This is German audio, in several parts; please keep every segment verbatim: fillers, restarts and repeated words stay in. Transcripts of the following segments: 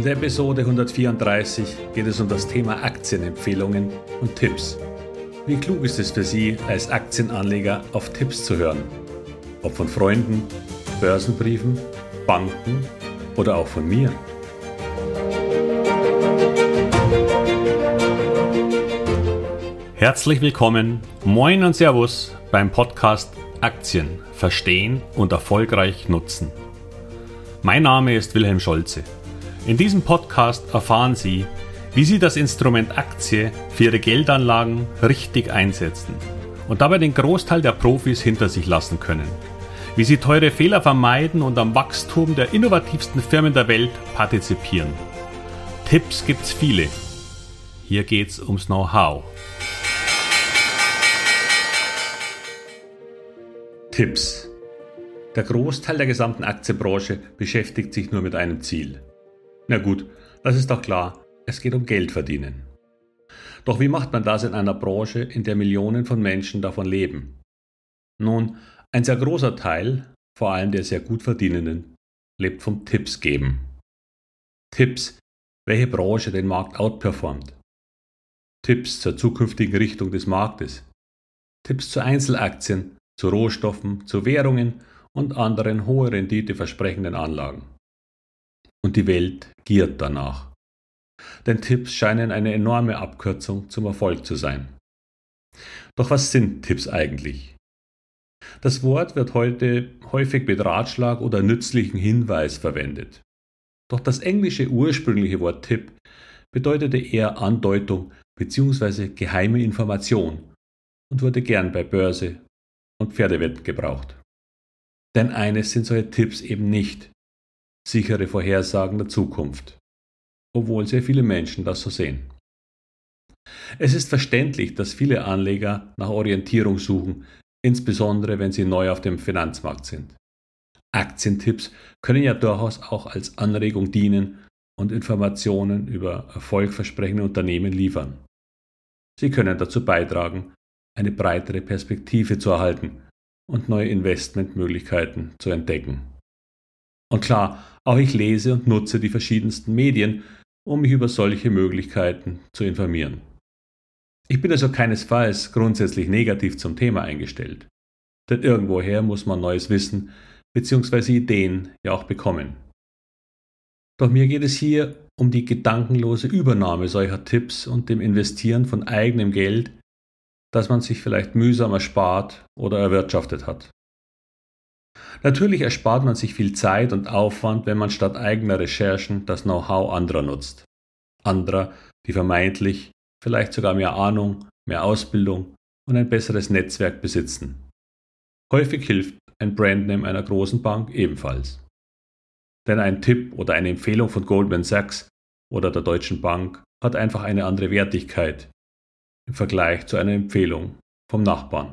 der Episode hundertvierunddreißig geht es um das Thema Aktienempfehlungen und Tipps. Wie klug ist es für Sie, als Aktienanleger auf Tipps zu hören? Ob von Freunden, Börsenbriefen, Banken oder auch von mir? Herzlich willkommen, moin und Servus beim Podcast Aktien verstehen und erfolgreich nutzen. Mein Name ist Wilhelm Scholze. In diesem Podcast erfahren Sie, wie Sie das Instrument Aktie für Ihre Geldanlagen richtig einsetzen und dabei den Großteil der Profis hinter sich lassen können. Wie Sie teure Fehler vermeiden und am Wachstum der innovativsten Firmen der Welt partizipieren. Tipps gibt's viele. Hier geht's ums Know-how. Tipps. Der Großteil der gesamten Aktienbranche beschäftigt sich nur mit einem Ziel. Na gut, das ist doch klar, es geht um Geld verdienen. Doch wie macht man das in einer Branche, in der Millionen von Menschen davon leben? Nun, ein sehr großer Teil, vor allem der sehr gut Verdienenden, lebt vom Tipps geben. Tipps, welche Branche den Markt outperformt. Tipps zur zukünftigen Richtung des Marktes. Tipps zu Einzelaktien, zu Rohstoffen, zu Währungen und anderen hohe Rendite versprechenden Anlagen. Und die Welt giert danach. Denn Tipps scheinen eine enorme Abkürzung zum Erfolg zu sein. Doch was sind Tipps eigentlich? Das Wort wird heute häufig mit Ratschlag oder nützlichen Hinweis verwendet. Doch das englische ursprüngliche Wort Tipp bedeutete eher Andeutung bzw. geheime Information und wurde gern bei Börse und Pferdewetten gebraucht. Denn eines sind solche Tipps eben nicht: sichere Vorhersagen der Zukunft, obwohl sehr viele Menschen das so sehen. Es ist verständlich, dass viele Anleger nach Orientierung suchen, insbesondere wenn sie neu auf dem Finanzmarkt sind. Aktientipps können ja durchaus auch als Anregung dienen und Informationen über erfolgversprechende Unternehmen liefern. Sie können dazu beitragen, eine breitere Perspektive zu erhalten und neue Investmentmöglichkeiten zu entdecken. Und klar, auch ich lese und nutze die verschiedensten Medien, um mich über solche Möglichkeiten zu informieren. Ich bin also keinesfalls grundsätzlich negativ zum Thema eingestellt, denn irgendwoher muss man neues Wissen bzw. Ideen ja auch bekommen. Doch mir geht es hier um die gedankenlose Übernahme solcher Tipps und dem Investieren von eigenem Geld, das man sich vielleicht mühsam erspart oder erwirtschaftet hat. Natürlich erspart man sich viel Zeit und Aufwand, wenn man statt eigener Recherchen das Know-how anderer nutzt. Anderer, die vermeintlich vielleicht sogar mehr Ahnung, mehr Ausbildung und ein besseres Netzwerk besitzen. Häufig hilft ein Brandname einer großen Bank ebenfalls. Denn ein Tipp oder eine Empfehlung von Goldman Sachs oder der Deutschen Bank hat einfach eine andere Wertigkeit im Vergleich zu einer Empfehlung vom Nachbarn.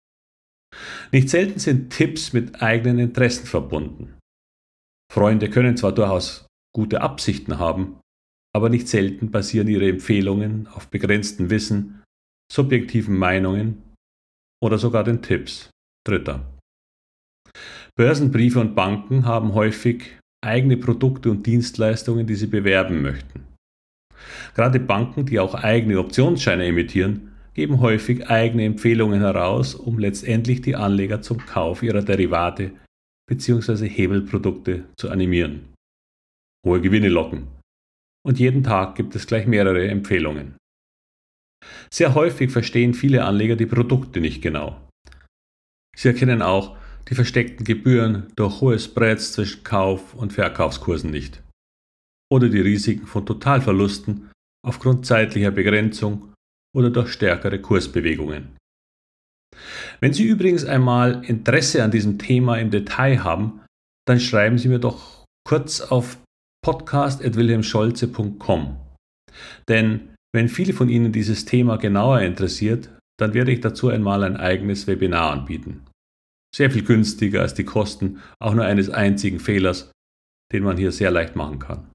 Nicht selten sind Tipps mit eigenen Interessen verbunden. Freunde können zwar durchaus gute Absichten haben, aber nicht selten basieren ihre Empfehlungen auf begrenztem Wissen, subjektiven Meinungen oder sogar den Tipps Dritter. Börsenbriefe und Banken haben häufig eigene Produkte und Dienstleistungen, die sie bewerben möchten. Gerade Banken, die auch eigene Optionsscheine emittieren, geben häufig eigene Empfehlungen heraus, um letztendlich die Anleger zum Kauf ihrer Derivate bzw. Hebelprodukte zu animieren. Hohe Gewinne locken. Und jeden Tag gibt es gleich mehrere Empfehlungen. Sehr häufig verstehen viele Anleger die Produkte nicht genau. Sie erkennen auch die versteckten Gebühren durch hohe Spreads zwischen Kauf- und Verkaufskursen nicht. Oder die Risiken von Totalverlusten aufgrund zeitlicher Begrenzung oder durch stärkere Kursbewegungen. Wenn Sie übrigens einmal Interesse an diesem Thema im Detail haben, dann schreiben Sie mir doch kurz auf podcast at wilhelm scholze punkt com. Denn wenn viele von Ihnen dieses Thema genauer interessiert, dann werde ich dazu einmal ein eigenes Webinar anbieten. Sehr viel günstiger als die Kosten auch nur eines einzigen Fehlers, den man hier sehr leicht machen kann.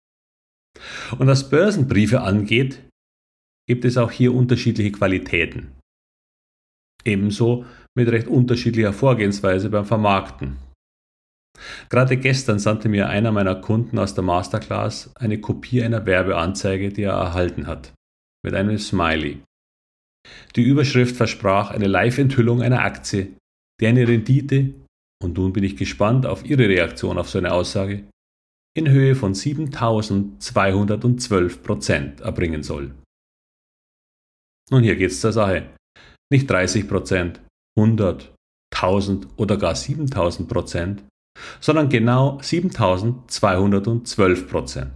Und was Börsenbriefe angeht, gibt es auch hier unterschiedliche Qualitäten. Ebenso mit recht unterschiedlicher Vorgehensweise beim Vermarkten. Gerade gestern sandte mir einer meiner Kunden aus der Masterclass eine Kopie einer Werbeanzeige, die er erhalten hat, mit einem Smiley. Die Überschrift versprach eine Live-Enthüllung einer Aktie, die eine Rendite, und nun bin ich gespannt auf Ihre Reaktion auf so eine Aussage, in Höhe von siebentausendzweihundertzwölf Prozent erbringen soll. Nun, hier geht's zur Sache. Nicht dreißig Prozent, hundert, tausend oder gar siebentausend Prozent, sondern genau siebentausendzweihundertzwölf Prozent.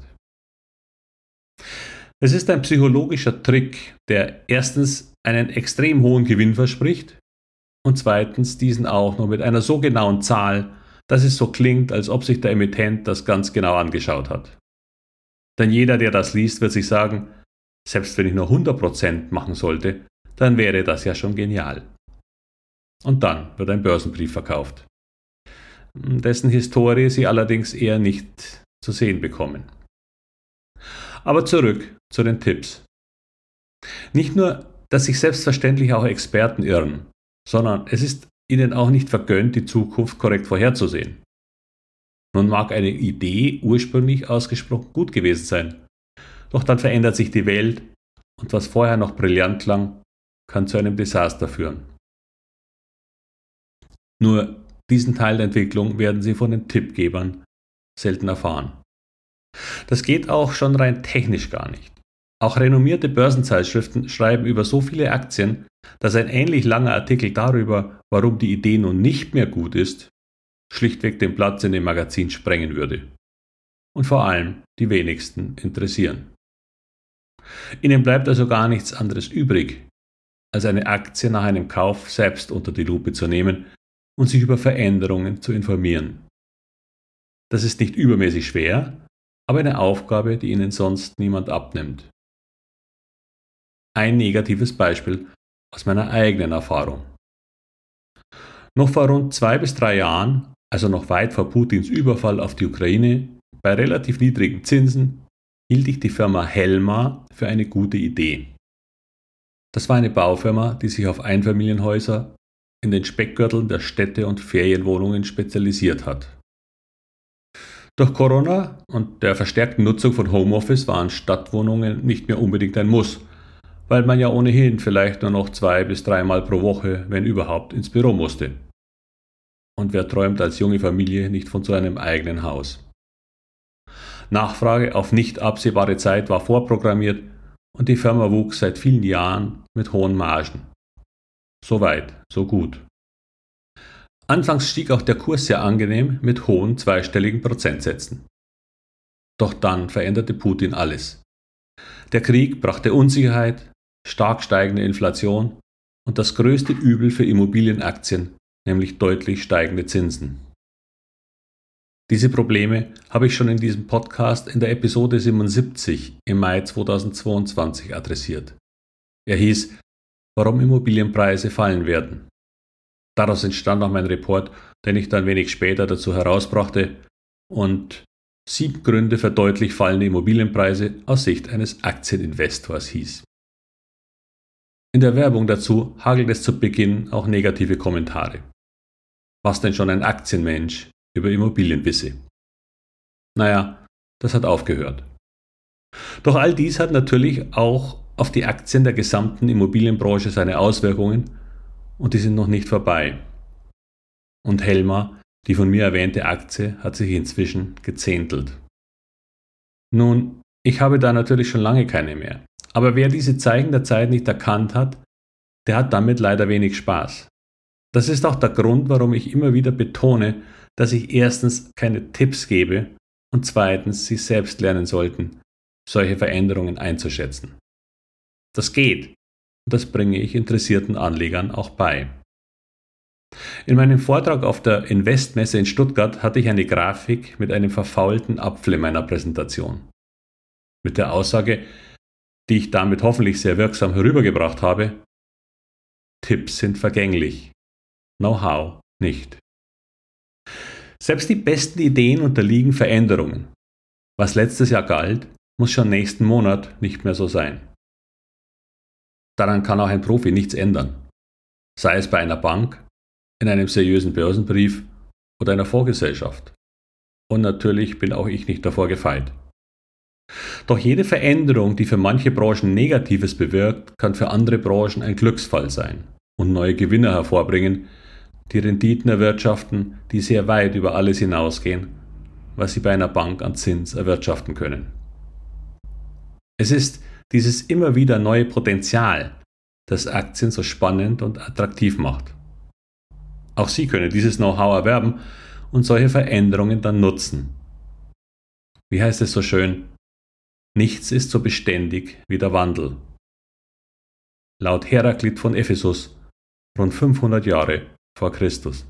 Es ist ein psychologischer Trick, der erstens einen extrem hohen Gewinn verspricht und zweitens diesen auch noch mit einer so genauen Zahl, dass es so klingt, als ob sich der Emittent das ganz genau angeschaut hat. Denn jeder, der das liest, wird sich sagen, selbst wenn ich nur hundert Prozent machen sollte, dann wäre das ja schon genial. Und dann wird ein Börsenbrief verkauft, dessen Historie Sie allerdings eher nicht zu sehen bekommen. Aber zurück zu den Tipps. Nicht nur, dass sich selbstverständlich auch Experten irren, sondern es ist ihnen auch nicht vergönnt, die Zukunft korrekt vorherzusehen. Nun mag eine Idee ursprünglich ausgesprochen gut gewesen sein, doch dann verändert sich die Welt und was vorher noch brillant klang, kann zu einem Desaster führen. Nur diesen Teil der Entwicklung werden Sie von den Tippgebern selten erfahren. Das geht auch schon rein technisch gar nicht. Auch renommierte Börsenzeitschriften schreiben über so viele Aktien, dass ein ähnlich langer Artikel darüber, warum die Idee nun nicht mehr gut ist, schlichtweg den Platz in dem Magazin sprengen würde. Und vor allem die wenigsten interessieren. Ihnen bleibt also gar nichts anderes übrig, als eine Aktie nach einem Kauf selbst unter die Lupe zu nehmen und sich über Veränderungen zu informieren. Das ist nicht übermäßig schwer, aber eine Aufgabe, die Ihnen sonst niemand abnimmt. Ein negatives Beispiel aus meiner eigenen Erfahrung. Noch vor rund zwei bis drei Jahren, also noch weit vor Putins Überfall auf die Ukraine, bei relativ niedrigen Zinsen, hielt ich die Firma Helma für eine gute Idee. Das war eine Baufirma, die sich auf Einfamilienhäuser in den Speckgürteln der Städte und Ferienwohnungen spezialisiert hat. Durch Corona und der verstärkten Nutzung von Homeoffice waren Stadtwohnungen nicht mehr unbedingt ein Muss, weil man ja ohnehin vielleicht nur noch zwei bis dreimal pro Woche, wenn überhaupt, ins Büro musste. Und wer träumt als junge Familie nicht von so einem eigenen Haus? Nachfrage auf nicht absehbare Zeit war vorprogrammiert und die Firma wuchs seit vielen Jahren mit hohen Margen. So weit, so gut. Anfangs stieg auch der Kurs sehr angenehm mit hohen zweistelligen Prozentsätzen. Doch dann veränderte Putin alles. Der Krieg brachte Unsicherheit, stark steigende Inflation und das größte Übel für Immobilienaktien, nämlich deutlich steigende Zinsen. Diese Probleme habe ich schon in diesem Podcast in der Episode siebenundsiebzig im Mai zweitausendzweiundzwanzig adressiert. Er hieß, warum Immobilienpreise fallen werden. Daraus entstand auch mein Report, den ich dann wenig später dazu herausbrachte und sieben Gründe für deutlich fallende Immobilienpreise aus Sicht eines Aktieninvestors hieß. In der Werbung dazu hagelt es zu Beginn auch negative Kommentare. Was denn schon ein Aktienmensch über Immobilien wisse. Naja, das hat aufgehört. Doch all dies hat natürlich auch auf die Aktien der gesamten Immobilienbranche seine Auswirkungen und die sind noch nicht vorbei. Und Helma, die von mir erwähnte Aktie, hat sich inzwischen gezehntelt. Nun, ich habe da natürlich schon lange keine mehr. Aber wer diese Zeichen der Zeit nicht erkannt hat, der hat damit leider wenig Spaß. Das ist auch der Grund, warum ich immer wieder betone, dass ich erstens keine Tipps gebe und zweitens Sie selbst lernen sollten, solche Veränderungen einzuschätzen. Das geht und das bringe ich interessierten Anlegern auch bei. In meinem Vortrag auf der Investmesse in Stuttgart hatte ich eine Grafik mit einem verfaulten Apfel in meiner Präsentation. Mit der Aussage, die ich damit hoffentlich sehr wirksam herübergebracht habe: Tipps sind vergänglich, Know-how nicht. Selbst die besten Ideen unterliegen Veränderungen. Was letztes Jahr galt, muss schon nächsten Monat nicht mehr so sein. Daran kann auch ein Profi nichts ändern. Sei es bei einer Bank, in einem seriösen Börsenbrief oder einer Fondsgesellschaft. Und natürlich bin auch ich nicht davor gefeit. Doch jede Veränderung, die für manche Branchen Negatives bewirkt, kann für andere Branchen ein Glücksfall sein und neue Gewinner hervorbringen, die Renditen erwirtschaften, die sehr weit über alles hinausgehen, was sie bei einer Bank an Zins erwirtschaften können. Es ist dieses immer wieder neue Potenzial, das Aktien so spannend und attraktiv macht. Auch Sie können dieses Know-how erwerben und solche Veränderungen dann nutzen. Wie heißt es so schön? Nichts ist so beständig wie der Wandel. Laut Heraklit von Ephesus, rund fünfhundert Jahre vor Christus.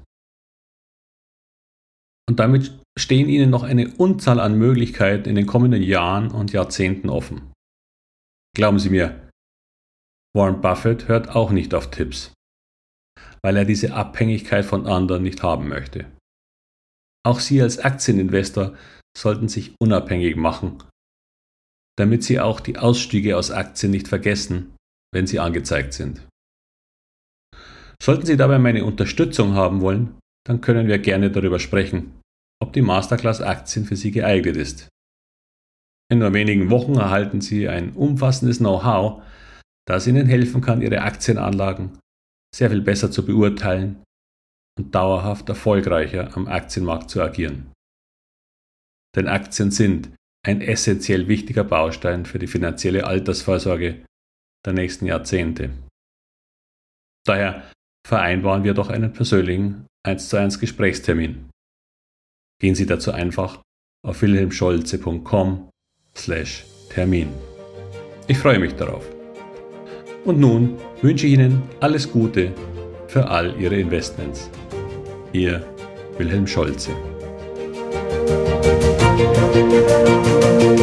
Und damit stehen Ihnen noch eine Unzahl an Möglichkeiten in den kommenden Jahren und Jahrzehnten offen. Glauben Sie mir, Warren Buffett hört auch nicht auf Tipps, weil er diese Abhängigkeit von anderen nicht haben möchte. Auch Sie als Aktieninvestor sollten sich unabhängig machen, damit Sie auch die Ausstiege aus Aktien nicht vergessen, wenn sie angezeigt sind. Sollten Sie dabei meine Unterstützung haben wollen, dann können wir gerne darüber sprechen, ob die Masterclass Aktien für Sie geeignet ist. In nur wenigen Wochen erhalten Sie ein umfassendes Know-how, das Ihnen helfen kann, Ihre Aktienanlagen sehr viel besser zu beurteilen und dauerhaft erfolgreicher am Aktienmarkt zu agieren. Denn Aktien sind ein essentiell wichtiger Baustein für die finanzielle Altersvorsorge der nächsten Jahrzehnte. Daher vereinbaren wir doch einen persönlichen eins zu eins Gesprächstermin. Gehen Sie dazu einfach auf wilhelmscholze punkt com slash Termin. Ich freue mich darauf. Und nun wünsche ich Ihnen alles Gute für all Ihre Investments. Ihr Wilhelm Scholze.